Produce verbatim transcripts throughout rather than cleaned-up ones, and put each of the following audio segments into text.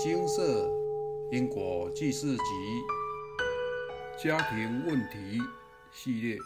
金色因果记事集家庭问题系列。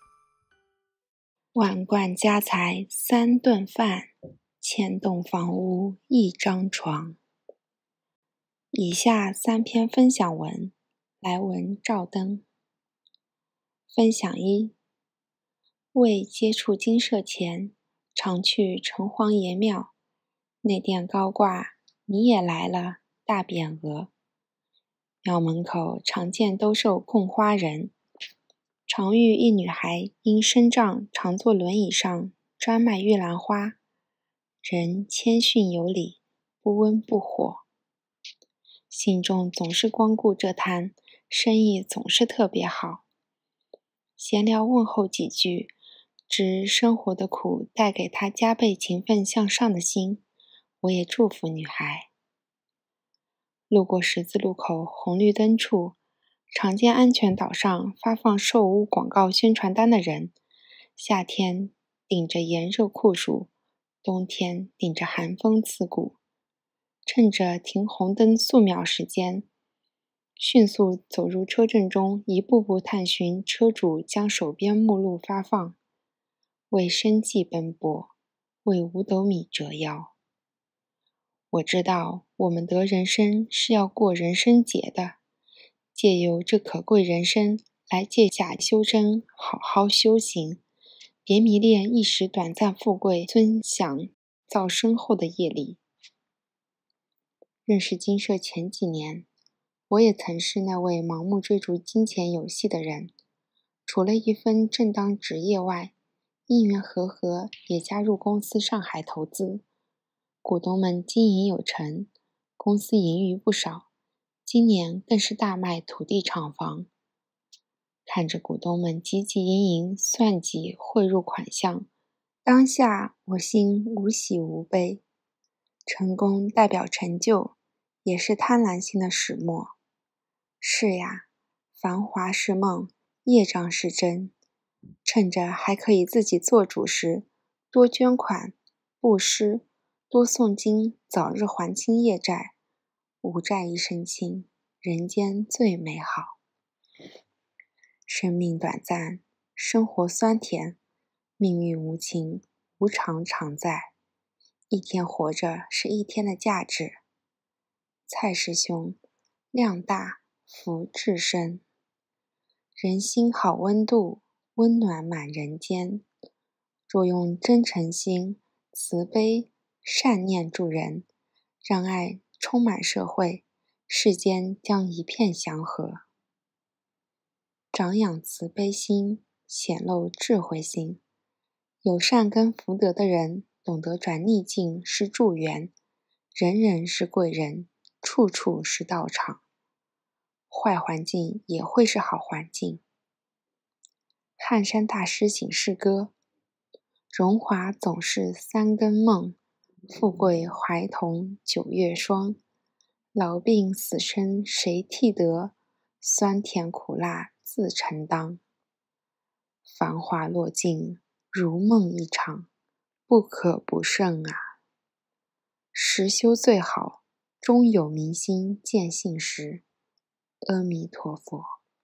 万贯家财三顿饭，千栋房屋一张床。以下三篇分享文，来文照灯。分享一：未接触精舍前，常去城隍爷庙，内殿高挂你也来了大匾额。庙门口常见兜售供花人，常遇一女孩因身障常坐轮椅上专卖玉兰花，人谦逊有礼，不温不火，信众总是光顾这摊，生意总是特别好。闲聊问候几句，知生活的苦带给她加倍勤奋向上的心，我也祝福女孩。路过十字路口红绿灯处，常见安全岛上发放售屋广告宣传单的人，夏天顶着炎热酷暑，冬天顶着寒风刺骨，趁着停红灯数秒时间，迅速走入车阵中，一步步探寻车主将手边目录发放，为生计奔波，为五斗米折腰。我知道我们得人生是要过人生劫的，借由这可贵人生来借假修真，好好修行，别迷恋一时短暂富贵尊享，造深厚的业力。认识金舍前几年，我也曾是那位盲目追逐金钱游戏的人，除了一份正当职业外，因缘和合也加入公司上海投资，股东们经营有成，公司盈余不少，今年更是大卖土地厂房。看着股东们汲汲营营算计汇入款项，当下我心无喜无悲。成功代表成就，也是贪婪心的始末。是呀，繁华是梦，业障是真。趁着还可以自己做主时，多捐款布施，多诵经，早日还清业债。无债一身轻，人间最美好。生命短暂，生活酸甜，命运无情，无常常在。一天活着是一天的价值。蔡师兄，量大福至深。人心好温度，温暖满人间。若用真诚心、慈悲、善念助人，让爱充满社会，世间将一片祥和。长养慈悲心，显露智慧心。有善根福德的人，懂得转逆境是助缘，人人是贵人，处处是道场。坏环境也会是好环境。汉山大师醒世歌：荣华总是三更梦，富贵怀童九月霜。老病死生谁替得？酸甜苦辣自承当。繁华落尽，如梦一场，不可不慎啊！实修最好，终有明心见性时。阿弥陀佛。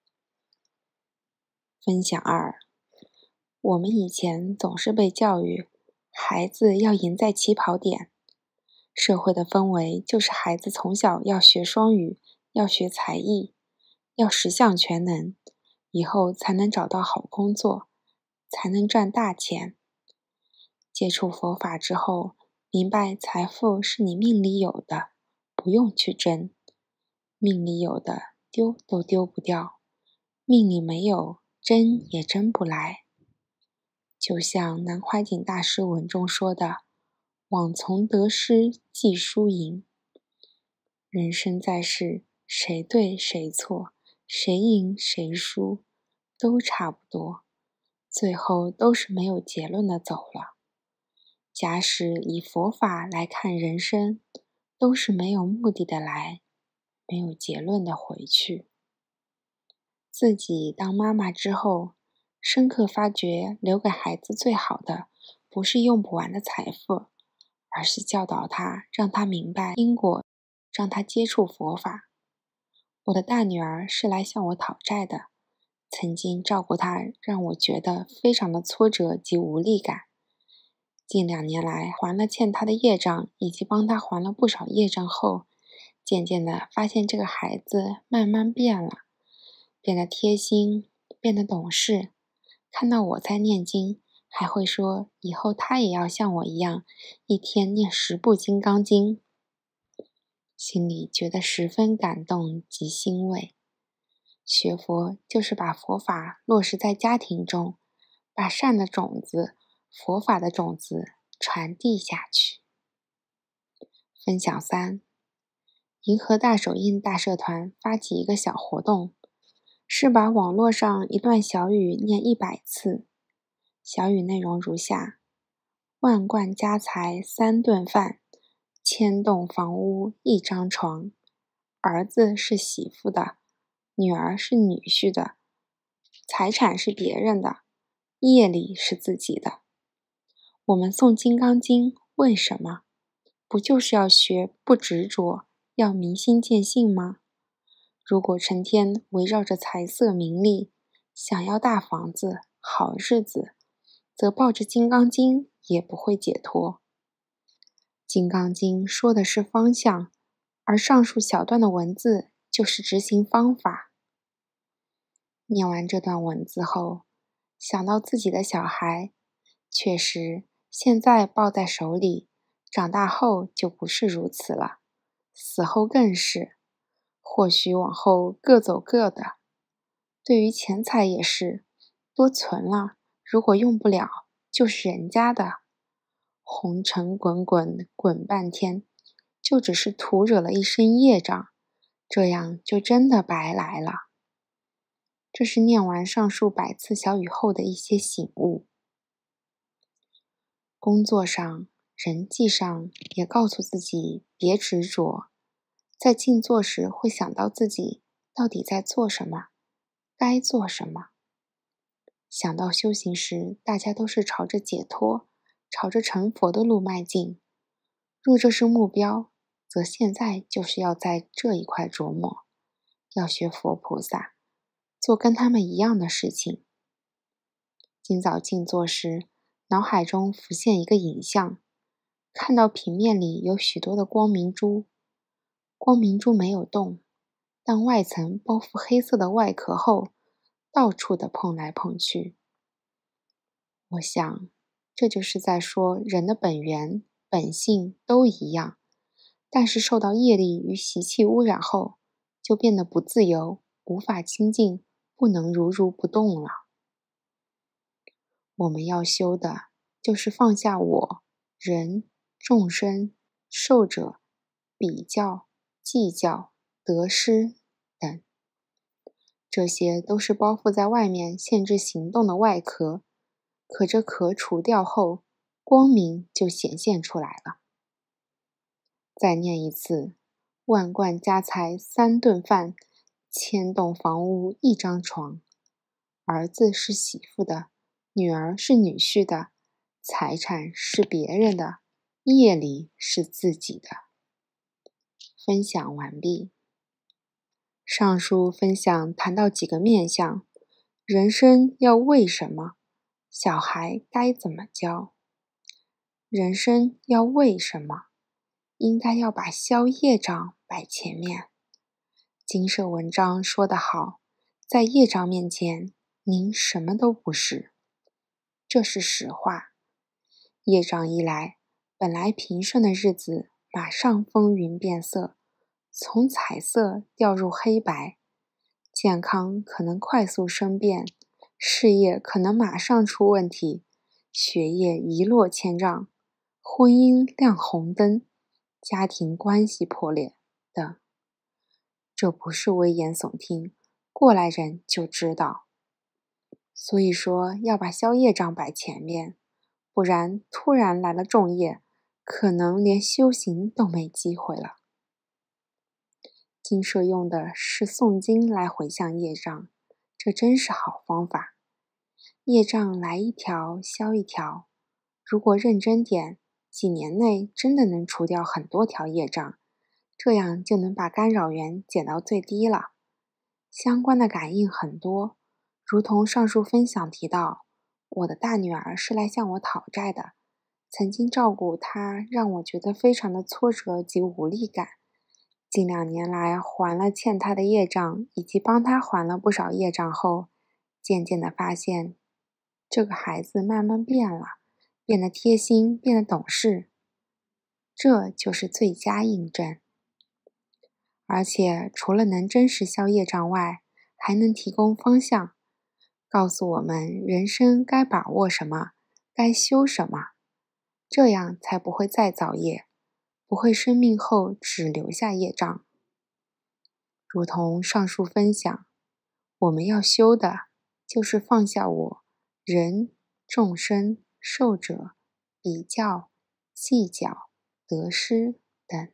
分享二：我们以前总是被教育，孩子要赢在起跑点。社会的氛围就是孩子从小要学双语，要学才艺，要十项全能，以后才能找到好工作，才能赚大钱。接触佛法之后，明白财富是你命里有的，不用去争。命里有的丢都丢不掉，命里没有争也争不来。就像南怀瑾大师文中说的，枉从得失计输赢。人生在世，谁对谁错，谁赢谁输，都差不多，最后都是没有结论的走了。假使以佛法来看人生，都是没有目的的来，没有结论的回去。自己当妈妈之后，深刻发觉留给孩子最好的，不是用不完的财富，而是教导他，让他明白因果让他接触佛法。我的大女儿是来向我讨债的，曾经照顾她让我觉得非常的挫折及无力感。近两年来还了欠她的业障，以及帮她还了不少业障后，渐渐的发现这个孩子慢慢变了，变得贴心，变得懂事，看到我在念经，还会说以后他也要像我一样，一天念十部金刚经。心里觉得十分感动及欣慰。学佛就是把佛法落实在家庭中，把善的种子、佛法的种子传递下去。分享三，银河大手印大社团发起一个小活动，是把网络上一段小语念一百次。小语内容如下：万贯家财三顿饭，千栋房屋一张床。儿子是媳妇的，女儿是女婿的，财产是别人的，业力是自己的。我们诵金刚经为什么？不就是要学不执着，要明心见性吗？如果成天围绕着财色名利，想要大房子、好日子，则抱着金刚经也不会解脱。金刚经说的是方向，而上述小段的文字就是执行方法。念完这段文字后，想到自己的小孩，确实现在抱在手里，长大后就不是如此了，死后更是，或许往后各走各的。对于钱财也是，多存了，如果用不了，就是人家的。红尘滚滚滚半天，就只是徒惹了一身业障，这样就真的白来了。这是念完上述百次小语后的一些醒悟。工作上、人际上也告诉自己别执着，在静坐时会想到自己到底在做什么，该做什么。想到修行时大家都是朝着解脱，朝着成佛的路迈进，若这是目标，则现在就是要在这一块琢磨，要学佛菩萨，做跟他们一样的事情。今早静坐时，脑海中浮现一个影像，看到平面里有许多的光明珠，光明珠没有动，但外层包覆黑色的外壳后，到处的碰来碰去。我想，这就是在说人的本源、本性都一样，但是受到业力与习气污染后，就变得不自由，无法清净，不能如如不动了。我们要修的，就是放下我、人、众生、寿者、比较、计较、得失等，这些都是包覆在外面限制行动的外壳，可这壳除掉后，光明就显现出来了。再念一次：万贯家财三顿饭，千栋房屋一张床。儿子是媳妇的，女儿是女婿的，财产是别人的，业力是自己的。分享完毕。上述分享谈到几个面向：人生要为什么？小孩该怎么教？人生要为什么？应该要把消业障摆前面。经社文章说得好，在业障面前，您什么都不是。这是实话。业障一来，本来平顺的日子马上风云变色，从彩色掉入黑白，健康可能快速生变，事业可能马上出问题，学业一落千丈，婚姻亮红灯，家庭关系破裂等。这不是危言耸听，过来人就知道。所以说要把消业障摆前面，不然突然来了重业，可能连修行都没机会了。经社用的是诵经来回向业障，这真是好方法。业障来一条消一条，如果认真点，几年内真的能除掉很多条业障， 这样就能把干扰源减到最低了。相关的感应很多，如同上述分享提到，我的大女儿是来向我讨债的，曾经照顾她让我觉得非常的挫折及无力感。近两年来还了欠她的业障，以及帮她还了不少业障后，渐渐地发现这个孩子慢慢变了，变得贴心，变得懂事，这就是最佳印证。而且除了能真实消业障外，还能提供方向，告诉我们人生该把握什么，该修什么，这样才不会再造业，不会生命后只留下业障。如同上述分享，我们要修的就是放下我、人、众生、寿者、比较、计较、得失等。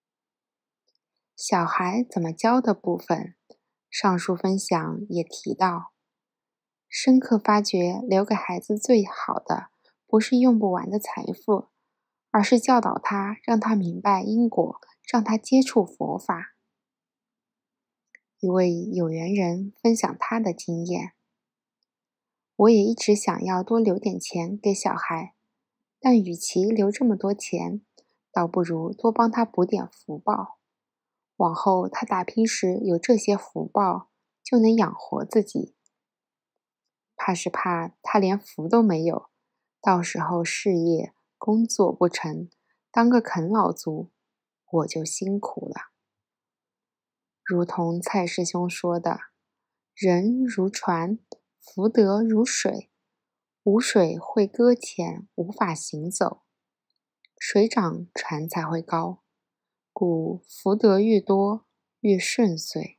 小孩怎么教的部分，上述分享也提到，深刻发觉留给孩子最好的不是用不完的财富，而是教导他，让他明白因果，让他接触佛法。一位有缘人分享他的经验，我也一直想要多留点钱给小孩，但与其留这么多钱，倒不如多帮他补点福报。往后他打拼时有这些福报，就能养活自己。怕是怕他连福都没有，到时候事业工作不成，当个啃老族，我就辛苦了。如同蔡师兄说的，人如船，福德如水，无水会搁浅，无法行走，水涨船才会高，故福德越多越顺遂。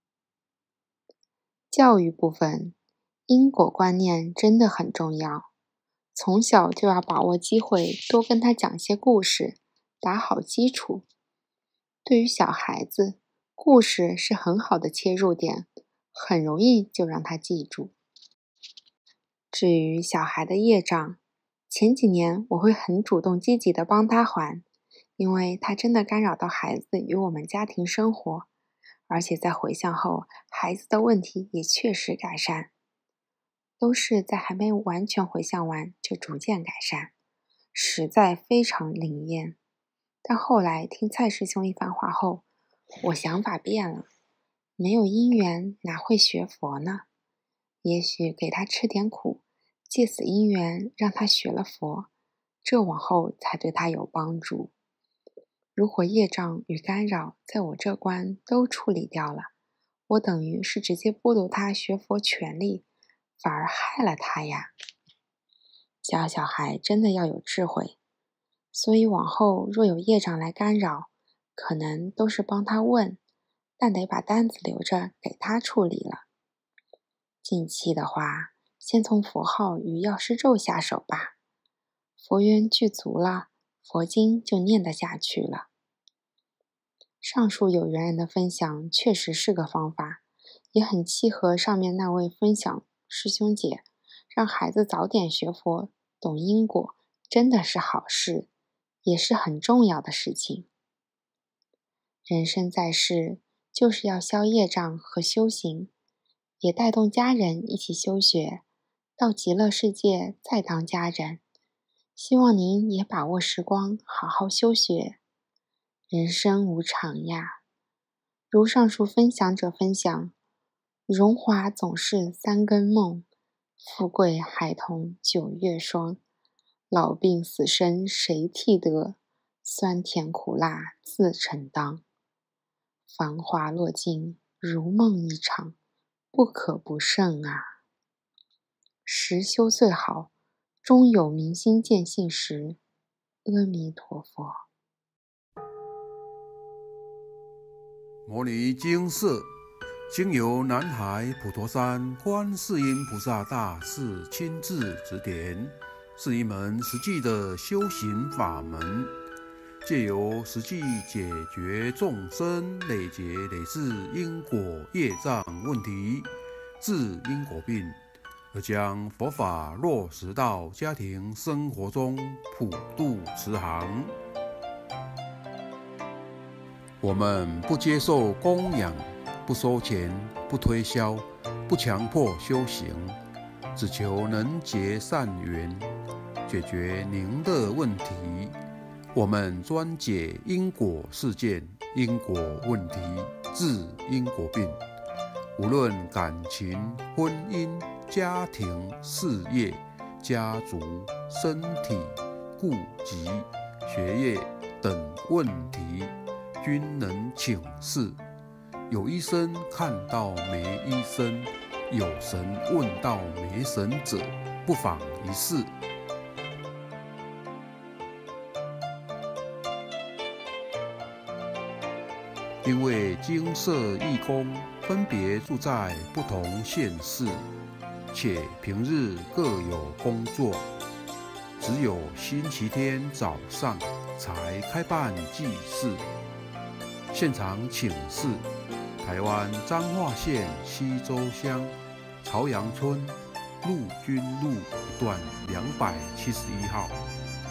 教育部分，因果观念真的很重要，从小就要把握机会，多跟他讲些故事，打好基础。对于小孩子，故事是很好的切入点，很容易就让他记住。至于小孩的业障，前几年我会很主动积极的帮他还，因为他真的干扰到孩子与我们家庭生活，而且在回向后，孩子的问题也确实改善，都是在还没完全回向完就逐渐改善，实在非常灵验。但后来听蔡师兄一番话后，我想法变了，没有因缘哪会学佛呢？也许给他吃点苦，借此因缘让他学了佛，这往后才对他有帮助。如果业障与干扰在我这关都处理掉了，我等于是直接剥夺他学佛权利，反而害了他呀。教小孩真的要有智慧，所以往后若有业障来干扰，可能都是帮他问，但得把单子留着给他处理了。近期的话，先从佛号与药师咒下手吧，佛缘具足了，佛经就念得下去了。上述有缘人的分享确实是个方法，也很契合上面那位分享师兄姐，让孩子早点学佛，懂因果，真的是好事，也是很重要的事情。人生在世，就是要消业障和修行，也带动家人一起修学，到极乐世界再当家人。希望您也把握时光，好好修学。人生无常呀，如上述分享者分享，荣华总是三更梦，富贵孩童九月霜，老病死生谁替得，酸甜苦辣自承当。繁华落尽如梦一场，不可不慎啊。时修最好，终有明心见性时。阿弥陀佛。 摩尼经释经由南海普陀山观世音菩萨大士亲自指点，是一门实际的修行法门，借由实际解决众生累劫累世因果业障问题，治因果病，而将佛法落实到家庭生活中，普度慈航。 我们不接受供养，不收钱，不推销，不强迫修行，只求能结善缘，解决您的问题。我们专解因果事件、因果问题，治因果病。无论感情、婚姻、家庭、事业、家族、身体、顾及、学业等问题，均能请示。有医生看到没医生，有神问到没神者，不妨一试。因为精舍义工分别住在不同县市，且平日各有工作，只有星期天早上才开办祭祀。现场请示台湾彰化县溪州乡朝阳村陆军路一段两百七十一号。